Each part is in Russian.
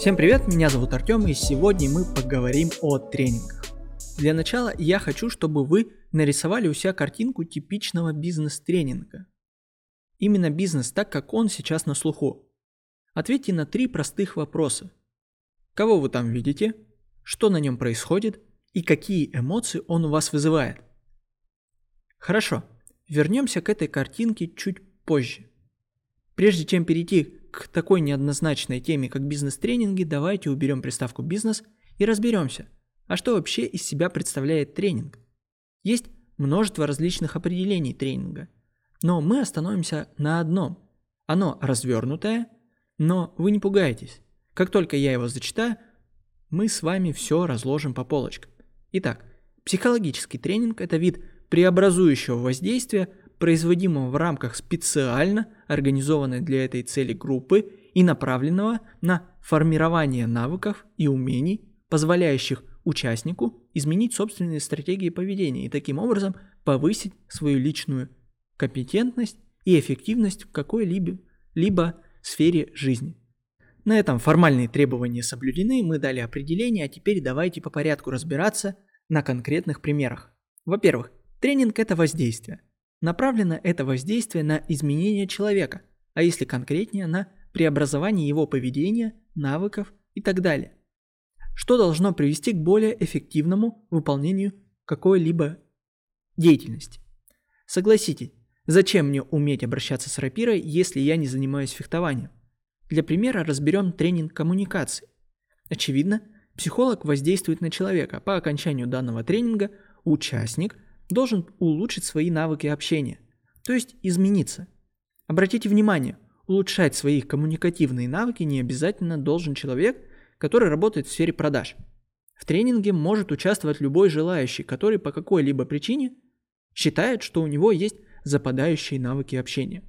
Всем привет, меня зовут Артем, и сегодня мы поговорим о тренингах. Для начала я хочу, чтобы вы нарисовали у себя картинку типичного бизнес-тренинга. Именно бизнес так, как он сейчас на слуху. Ответьте на 3 простых вопроса. Кого вы там видите? Что на нем происходит? И какие эмоции он у вас вызывает? Хорошо, вернемся к этой картинке чуть позже. Прежде чем перейти к такой неоднозначной теме, как бизнес-тренинги, давайте уберем приставку «бизнес» и разберемся, а что вообще из себя представляет тренинг. Есть множество различных определений тренинга, но мы остановимся на одном. Оно развернутое, но вы не пугайтесь. Как только я его зачитаю, мы с вами все разложим по полочкам. Итак, психологический тренинг – это вид преобразующего воздействия, производимого в рамках специально организованной для этой цели группы и направленного на формирование навыков и умений, позволяющих участнику изменить собственные стратегии поведения и таким образом повысить свою личную компетентность и эффективность в какой-либо сфере жизни. На этом формальные требования соблюдены, мы дали определение, а теперь давайте по порядку разбираться на конкретных примерах. Во-первых, тренинг – это воздействие. Направлено это воздействие на изменение человека, а если конкретнее, на преобразование его поведения, навыков и так далее, что должно привести к более эффективному выполнению какой-либо деятельности. Согласитесь, зачем мне уметь обращаться с рапирой, если я не занимаюсь фехтованием? Для примера разберем тренинг коммуникации. Очевидно, психолог воздействует на человека. По окончанию данного тренинга участник должен улучшить свои навыки общения, то есть измениться. Обратите внимание, улучшать свои коммуникативные навыки не обязательно должен человек, который работает в сфере продаж. В тренинге может участвовать любой желающий, который по какой-либо причине считает, что у него есть западающие навыки общения.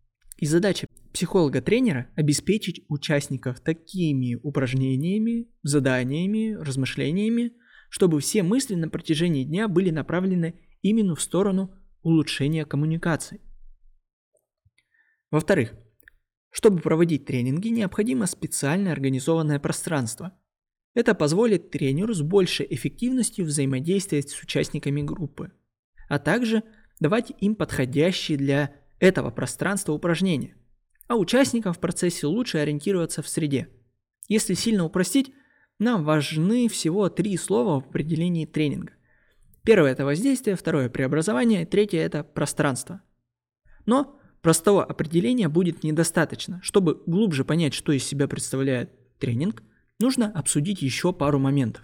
И задача психолога-тренера – обеспечить участников такими упражнениями, заданиями, размышлениями, чтобы все мысли на протяжении дня были направлены именно в сторону улучшения коммуникации. Во-вторых, чтобы проводить тренинги, необходимо специально организованное пространство. Это позволит тренеру с большей эффективностью взаимодействовать с участниками группы, а также давать им подходящие для этого пространства упражнения, а участникам в процессе лучше ориентироваться в среде. Если сильно упростить, нам важны всего 3 слова в определении тренинга. Первое – это воздействие, второе – преобразование, третье – это пространство. Но простого определения будет недостаточно. Чтобы глубже понять, что из себя представляет тренинг, нужно обсудить еще пару моментов.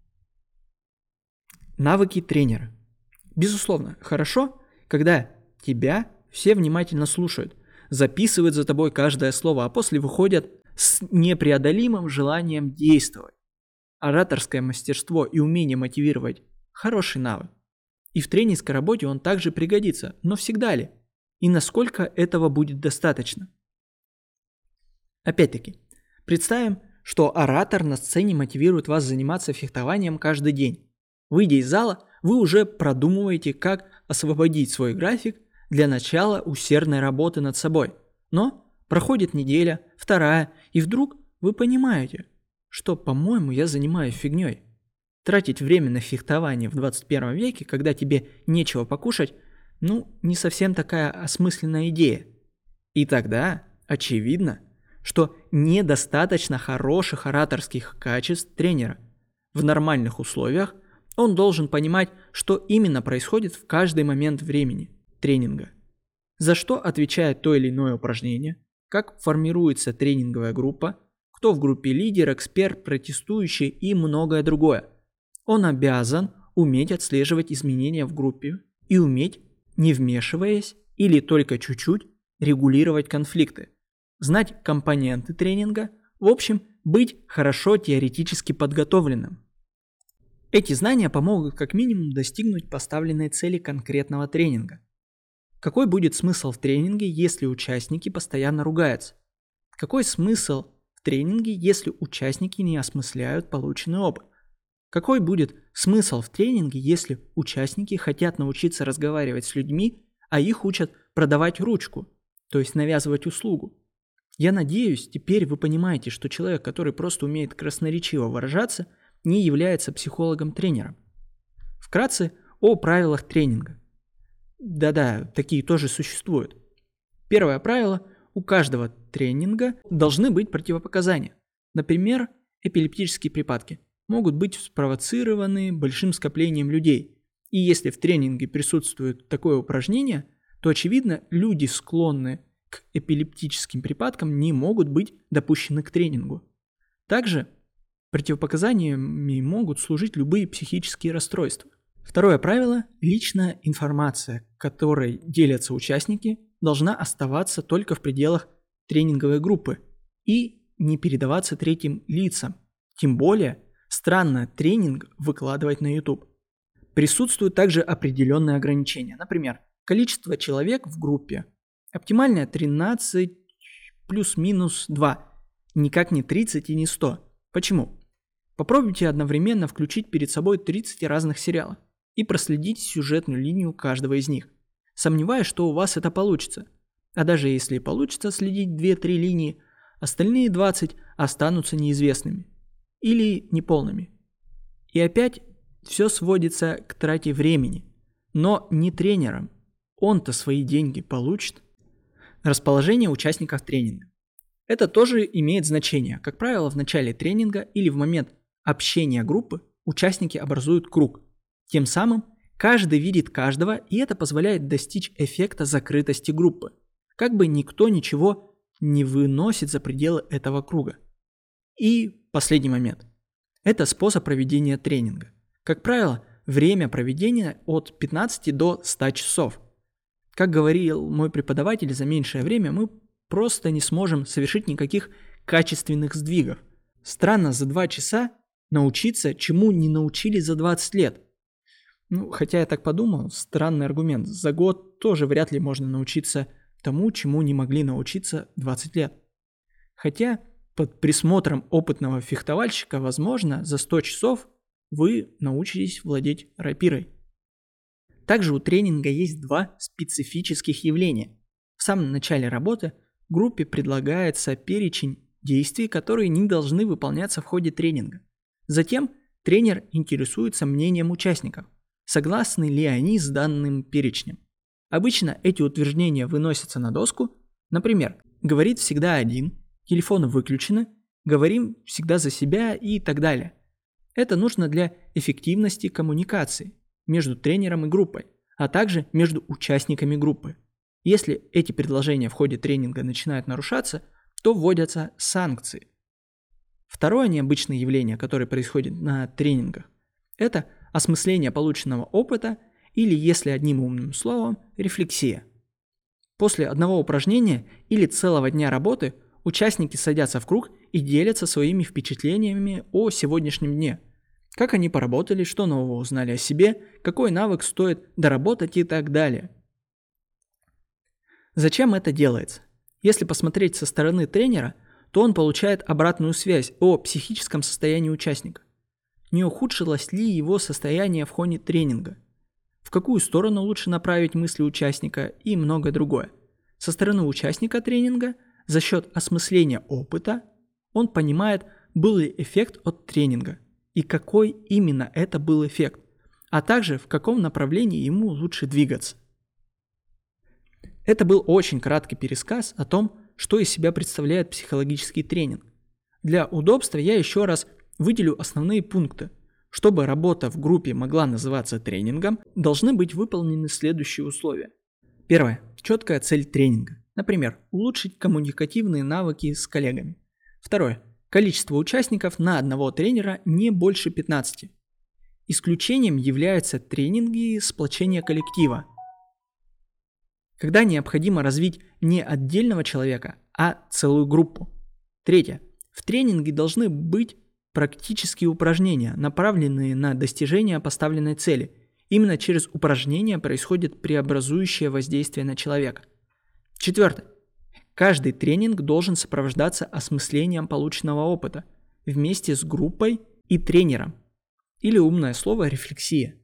Навыки тренера. Безусловно, хорошо, когда тебя все внимательно слушают, записывают за тобой каждое слово, а после выходят с непреодолимым желанием действовать. Ораторское мастерство и умение мотивировать – хороший навык. И в тренерской работе он также пригодится, но всегда ли? И насколько этого будет достаточно? Опять-таки, представим, что оратор на сцене мотивирует вас заниматься фехтованием каждый день. Выйдя из зала, вы уже продумываете, как освободить свой график для начала усердной работы над собой. Но проходит неделя, вторая, и вдруг вы понимаете, что, по-моему, я занимаюсь фигней. Тратить время на фехтование в 21 веке, когда тебе нечего покушать, не совсем такая осмысленная идея. И тогда очевидно, что недостаточно хороших ораторских качеств тренера. В нормальных условиях он должен понимать, что именно происходит в каждый момент времени тренинга. За что отвечает то или иное упражнение, как формируется тренинговая группа, кто в группе лидер, эксперт, протестующий и многое другое. Он обязан уметь отслеживать изменения в группе и уметь, не вмешиваясь или только чуть-чуть, регулировать конфликты, знать компоненты тренинга, в общем, быть хорошо теоретически подготовленным. Эти знания помогут как минимум достигнуть поставленной цели конкретного тренинга. Какой будет смысл в тренинге, если участники постоянно ругаются? Какой смысл в тренинге, если участники не осмысляют полученный опыт? Какой будет смысл в тренинге, если участники хотят научиться разговаривать с людьми, а их учат продавать ручку, то есть навязывать услугу? Я надеюсь, теперь вы понимаете, что человек, который просто умеет красноречиво выражаться, не является психологом-тренером. Вкратце о правилах тренинга. Да-да, такие тоже существуют. Первое правило – у каждого тренинга должны быть противопоказания. Например, эпилептические припадки могут быть спровоцированы большим скоплением людей. И если в тренинге присутствует такое упражнение, то, очевидно, люди, склонные к эпилептическим припадкам, не могут быть допущены к тренингу. Также противопоказаниями могут служить любые психические расстройства. Второе правило – личная информация, которой делятся участники, должна оставаться только в пределах тренинговой группы и не передаваться третьим лицам. Тем более, странно тренинг выкладывать на YouTube. Присутствуют также определенные ограничения. Например, количество человек в группе. Оптимальное 13 плюс-минус 2. Никак не 30 и не 100. Почему? Попробуйте одновременно включить перед собой 30 разных сериалов и проследить сюжетную линию каждого из них. Сомневаюсь, что у вас это получится. А даже если получится следить 2-3 линии, остальные 20 останутся неизвестными или неполными. И опять все сводится к трате времени, но не тренером. Он-то свои деньги получит. Расположение участников тренинга. Это тоже имеет значение. Как правило, в начале тренинга или в момент общения группы участники образуют круг. Тем самым каждый видит каждого, и это позволяет достичь эффекта закрытости группы. Как бы никто ничего не выносит за пределы этого круга. И последний момент. Это способ проведения тренинга. Как правило, время проведения от 15 до 100 часов. Как говорил мой преподаватель, за меньшее время мы просто не сможем совершить никаких качественных сдвигов. Странно за 2 часа научиться, чему не научились за 20 лет. Хотя я так подумал, странный аргумент. За год тоже вряд ли можно научиться тому, чему не могли научиться 20 лет. Хотя под присмотром опытного фехтовальщика, возможно, за 100 часов вы научитесь владеть рапирой. Также у тренинга есть 2 специфических явления. В самом начале работы группе предлагается перечень действий, которые не должны выполняться в ходе тренинга. Затем тренер интересуется мнением участников, согласны ли они с данным перечнем. Обычно эти утверждения выносятся на доску. Например, говорит всегда один, телефоны выключены, говорим всегда за себя и так далее. Это нужно для эффективности коммуникации между тренером и группой, а также между участниками группы. Если эти предложения в ходе тренинга начинают нарушаться, то вводятся санкции. Второе необычное явление, которое происходит на тренингах, это осмысление полученного опыта или, если одним умным словом, рефлексия. После одного упражнения или целого дня работы участники садятся в круг и делятся своими впечатлениями о сегодняшнем дне. Как они поработали, что нового узнали о себе, какой навык стоит доработать и так далее. Зачем это делается? Если посмотреть со стороны тренера, то он получает обратную связь о психическом состоянии участника. Не ухудшилось ли его состояние в ходе тренинга? В какую сторону лучше направить мысли участника и многое другое. Со стороны участника тренинга, за счет осмысления опыта, он понимает, был ли эффект от тренинга и какой именно это был эффект, а также в каком направлении ему лучше двигаться. Это был очень краткий пересказ о том, что из себя представляет психологический тренинг. Для удобства я еще раз выделю основные пункты. Чтобы работа в группе могла называться тренингом, должны быть выполнены следующие условия. Первое. Четкая цель тренинга. Например, улучшить коммуникативные навыки с коллегами. Второе. Количество участников на одного тренера не больше 15. Исключением являются тренинги сплочения коллектива, когда необходимо развить не отдельного человека, а целую группу. Третье. В тренинге должны быть практические упражнения, направленные на достижение поставленной цели. Именно через упражнения происходит преобразующее воздействие на человека. Четвертое. Каждый тренинг должен сопровождаться осмыслением полученного опыта вместе с группой и тренером. Или умное слово рефлексия.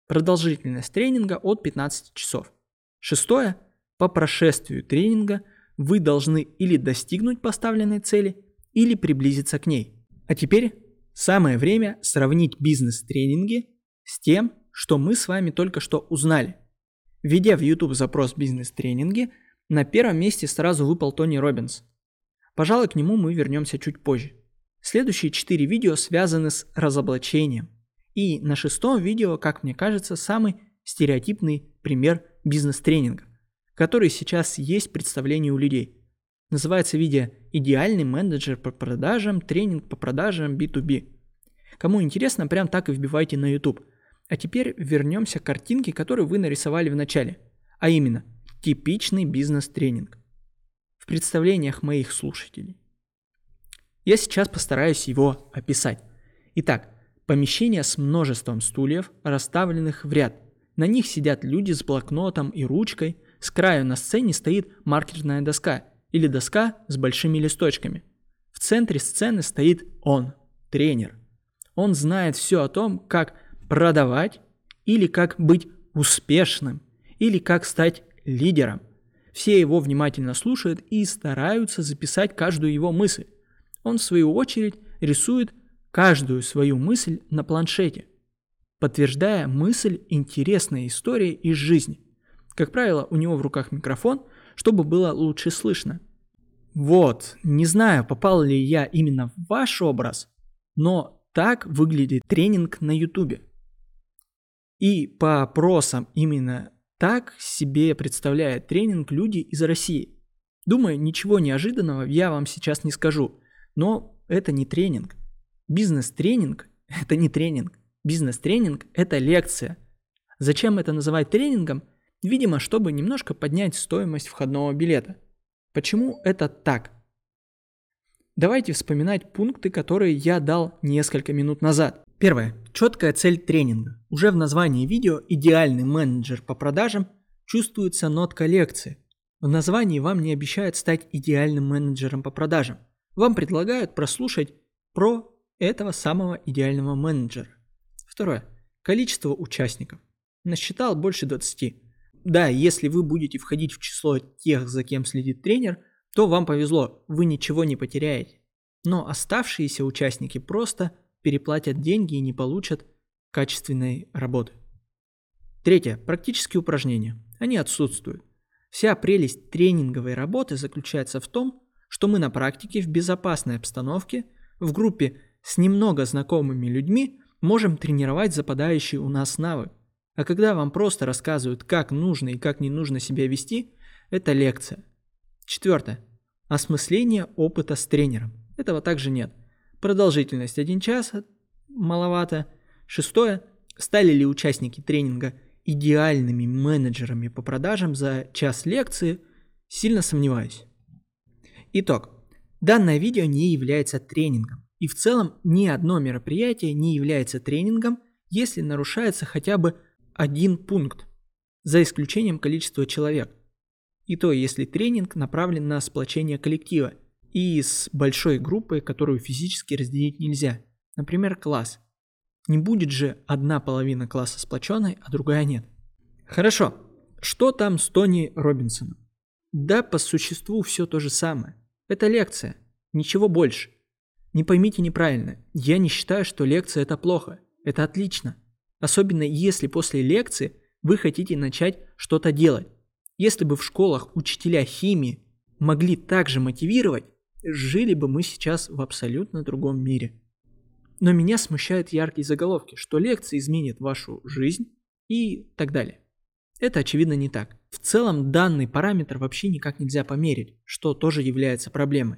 Продолжительность тренинга от 15 часов. Шестое. По прошествию тренинга вы должны или достигнуть поставленной цели, или приблизиться к ней. А теперь самое время сравнить бизнес-тренинги с тем, что мы с вами только что узнали. Введя в YouTube запрос «бизнес-тренинги», на первом месте сразу выпал Тони Роббинс. Пожалуй, к нему мы вернемся чуть позже. Следующие 4 видео связаны с разоблачением. И на 6-м видео, как мне кажется, самый стереотипный пример бизнес-тренинга, который сейчас есть представление у людей. Называется видео «Идеальный менеджер по продажам, тренинг по продажам B2B». Кому интересно, прям так и вбивайте на YouTube. А теперь вернемся к картинке, которую вы нарисовали в начале, а именно типичный бизнес-тренинг в представлениях моих слушателей. Я сейчас постараюсь его описать. Итак, помещение с множеством стульев, расставленных в ряд. На них сидят люди с блокнотом и ручкой, с краю на сцене стоит маркерная доска или доска с большими листочками. В центре сцены стоит он, тренер. Он знает все о том, как продавать, или как быть успешным, или как стать лидером. Все его внимательно слушают и стараются записать каждую его мысль. Он, в свою очередь, рисует каждую свою мысль на планшете, подтверждая мысль интересной истории из жизни. Как правило, у него в руках микрофон, чтобы было лучше слышно. Вот, не знаю, попал ли я именно в ваш образ, но так выглядит тренинг на YouTube. И по опросам именно так себе представляют тренинг люди из России. Думаю, ничего неожиданного я вам сейчас не скажу, но это не тренинг. Бизнес-тренинг – это не тренинг. Бизнес-тренинг – это лекция. Зачем это называть тренингом? Видимо, чтобы немножко поднять стоимость входного билета. Почему это так? Давайте вспоминать пункты, которые я дал несколько минут назад. Первое. Четкая цель тренинга. Уже в названии видео «Идеальный менеджер по продажам» чувствуется нотка лекции. В названии вам не обещают стать идеальным менеджером по продажам. Вам предлагают прослушать про этого самого идеального менеджера. Второе. Количество участников. Насчитал больше 20. Да, если вы будете входить в число тех, за кем следит тренер, то вам повезло, вы ничего не потеряете. Но оставшиеся участники просто переплатят деньги и не получат качественной работы. Третье. Практические упражнения. Они отсутствуют. Вся прелесть тренинговой работы заключается в том, что мы на практике в безопасной обстановке, в группе с немного знакомыми людьми можем тренировать западающий у нас навык. А когда вам просто рассказывают, как нужно и как не нужно себя вести, это лекция. Четвертое. Осмысление опыта с тренером. Этого также нет. Продолжительность 1 час маловато. Шестое. Стали ли участники тренинга идеальными менеджерами по продажам за час лекции? Сильно сомневаюсь. Итог. Данное видео не является тренингом. И в целом ни одно мероприятие не является тренингом, если нарушается хотя бы один пункт, за исключением количества человек. И то, если тренинг направлен на сплочение коллектива и с большой группой, которую физически разделить нельзя. Например, класс. Не будет же одна половина класса сплоченной, а другая нет. Хорошо. Что там с Тони Роббинсоном? Да, по существу все то же самое. Это лекция. Ничего больше. Не поймите неправильно. Я не считаю, что лекция это плохо. Это отлично. Особенно если после лекции вы хотите начать что-то делать. Если бы в школах учителя химии могли также мотивировать, жили бы мы сейчас в абсолютно другом мире. Но меня смущают яркие заголовки, что лекции изменят вашу жизнь и так далее. Это очевидно не так. В целом данный параметр вообще никак нельзя померить, что тоже является проблемой.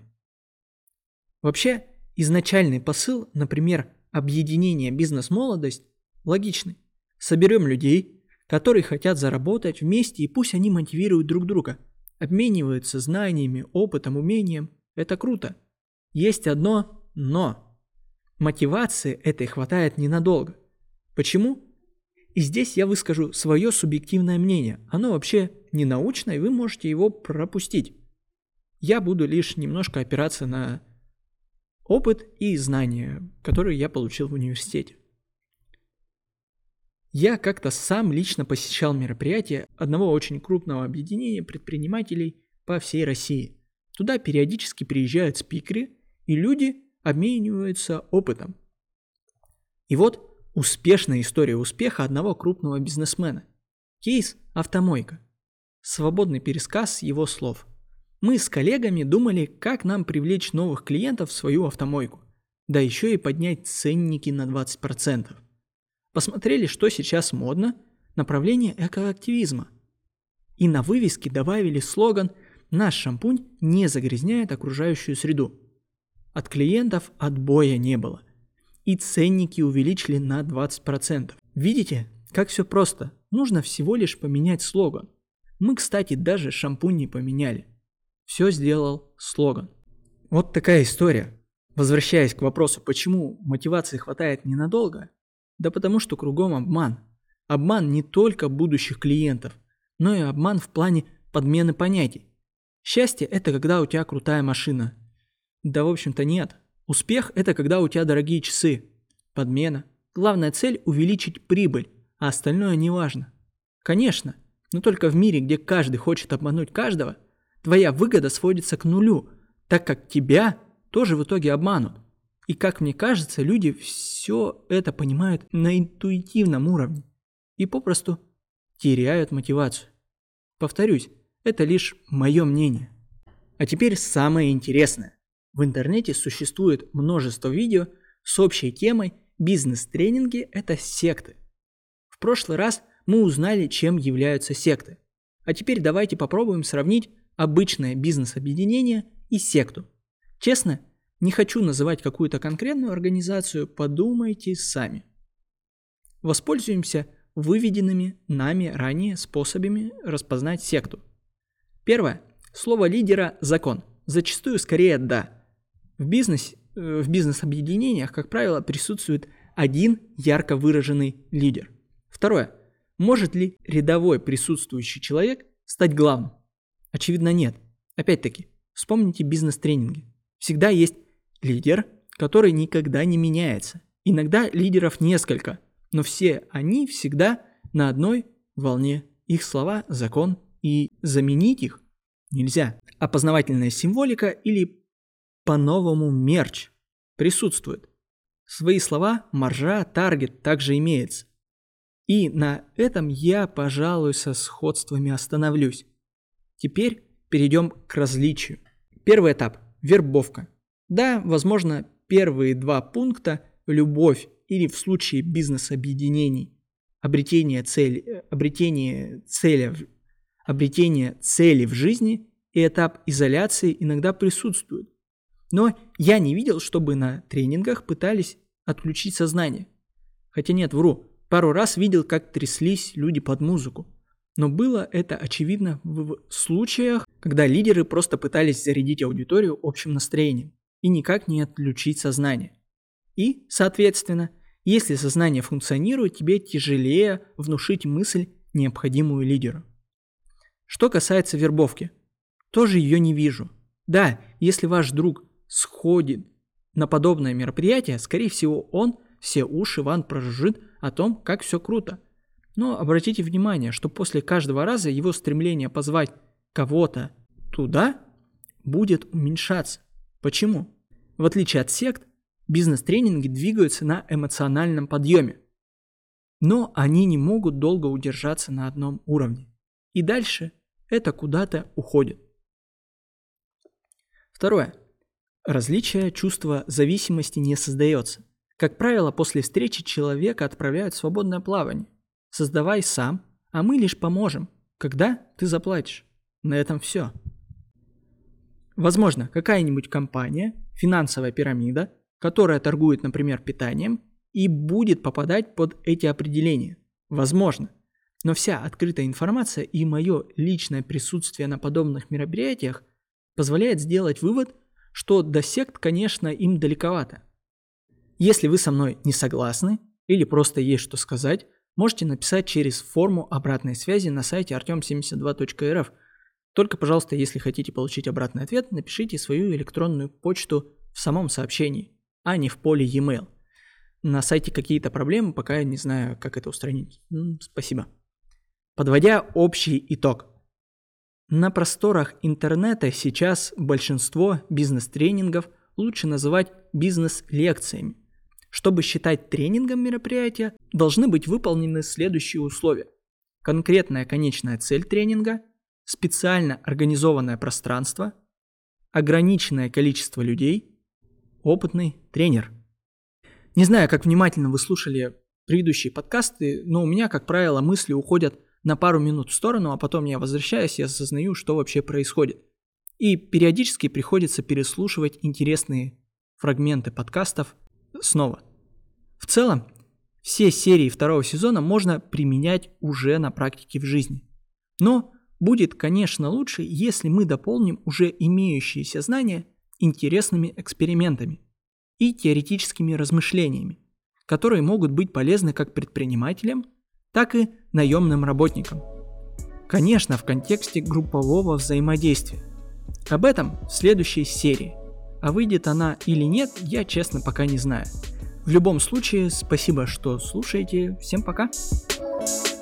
Вообще, изначальный посыл, например, объединение бизнес-молодость, логичный. Соберем людей, которые хотят заработать вместе, и пусть они мотивируют друг друга, обмениваются знаниями, опытом, умением. Это круто. Есть одно «но». Мотивации этой хватает ненадолго. Почему? И здесь я выскажу свое субъективное мнение. Оно вообще не научное, и вы можете его пропустить. Я буду лишь немножко опираться на опыт и знания, которые я получил в университете. Я как-то сам лично посещал мероприятие одного очень крупного объединения предпринимателей по всей России. Туда периодически приезжают спикеры, и люди обмениваются опытом. И вот успешная история успеха одного крупного бизнесмена. Кейс «Автомойка». Свободный пересказ его слов. Мы с коллегами думали, как нам привлечь новых клиентов в свою автомойку. Да еще и поднять ценники на 20%. Посмотрели, что сейчас модно, направление экоактивизма. И на вывеске добавили слоган «Наш шампунь не загрязняет окружающую среду». От клиентов отбоя не было. И ценники увеличили на 20%. Видите, как все просто. Нужно всего лишь поменять слоган. Мы, кстати, даже шампунь не поменяли. Все сделал слоган. Вот такая история. Возвращаясь к вопросу, почему мотивации хватает ненадолго? Да потому что кругом обман. Обман не только будущих клиентов, но и обман в плане подмены понятий. Счастье – это когда у тебя крутая машина. Да в общем-то нет. Успех – это когда у тебя дорогие часы. Подмена. Главная цель – увеличить прибыль, а остальное не важно. Конечно, но только в мире, где каждый хочет обмануть каждого, твоя выгода сводится к нулю, так как тебя тоже в итоге обманут. И как мне кажется, люди все это понимают на интуитивном уровне и попросту теряют мотивацию. Повторюсь, это лишь мое мнение. А теперь самое интересное. В интернете существует множество видео с общей темой «Бизнес-тренинги – это секты». В прошлый раз мы узнали, чем являются секты. А теперь давайте попробуем сравнить обычное бизнес-объединение и секту. Честно, не хочу называть какую-то конкретную организацию, подумайте сами. Воспользуемся выведенными нами ранее способами распознать секту. Первое. Слово лидера – закон. Зачастую скорее «да». В бизнес-объединениях, как правило, присутствует один ярко выраженный лидер. Второе. Может ли рядовой присутствующий человек стать главным? Очевидно, нет. Опять-таки, вспомните бизнес-тренинги. Всегда есть лидер, который никогда не меняется. Иногда лидеров несколько, но все они всегда на одной волне. Их слова – закон, и заменить их нельзя. Опознавательная символика или по-новому мерч присутствует. Свои слова, маржа, таргет также имеется. И на этом я, пожалуй, со сходствами остановлюсь. Теперь перейдем к различию. Первый этап – вербовка. Да, возможно, первые два пункта – любовь или в случае бизнес-объединений обретение цели в жизни и этап изоляции иногда присутствуют. Но я не видел, чтобы на тренингах пытались отключить сознание. Хотя нет, вру, пару раз видел, как тряслись люди под музыку. Но было это очевидно в случаях, когда лидеры просто пытались зарядить аудиторию общим настроением и никак не отключить сознание. И, соответственно, если сознание функционирует, тебе тяжелее внушить мысль, необходимую лидеру. Что касается вербовки, тоже ее не вижу. Да, если ваш друг сходит на подобное мероприятие, скорее всего, он все уши вам прожужжит о том, как все круто. Но обратите внимание, что после каждого раза его стремление позвать кого-то туда будет уменьшаться. Почему? В отличие от сект, бизнес-тренинги двигаются на эмоциональном подъеме. Но они не могут долго удержаться на одном уровне. И дальше это куда-то уходит. Второе. Различие чувства зависимости не создается. Как правило, после встречи человека отправляют в свободное плавание. Создавай сам, а мы лишь поможем, когда ты заплатишь. На этом все. Возможно, какая-нибудь компания, финансовая пирамида, которая торгует, например, питанием, и будет попадать под эти определения. Возможно. Но вся открытая информация и мое личное присутствие на подобных мероприятиях позволяет сделать вывод, что до сект, конечно, им далековато. Если вы со мной не согласны или просто есть что сказать, можете написать через форму обратной связи на сайте artem72.rf. Только, пожалуйста, если хотите получить обратный ответ, напишите свою электронную почту в самом сообщении, а не в поле e-mail. На сайте какие-то проблемы, пока я не знаю, как это устранить. Спасибо. Подводя общий итог. На просторах интернета сейчас большинство бизнес-тренингов лучше называть бизнес-лекциями. Чтобы считать тренингом мероприятия, должны быть выполнены следующие условия. Конкретная конечная цель тренинга, специально организованное пространство, ограниченное количество людей, опытный тренер. Не знаю, как внимательно вы слушали предыдущие подкасты, но у меня, как правило, мысли уходят на пару минут в сторону, а потом я возвращаюсь и осознаю, что вообще происходит. И периодически приходится переслушивать интересные фрагменты подкастов снова. В целом, все серии второго сезона можно применять уже на практике в жизни. Но будет, конечно, лучше, если мы дополним уже имеющиеся знания интересными экспериментами и теоретическими размышлениями, которые могут быть полезны как предпринимателям, так и наемным работникам. Конечно, в контексте группового взаимодействия. Об этом в следующей серии. А выйдет она или нет, я честно пока не знаю. В любом случае, спасибо, что слушаете. Всем пока!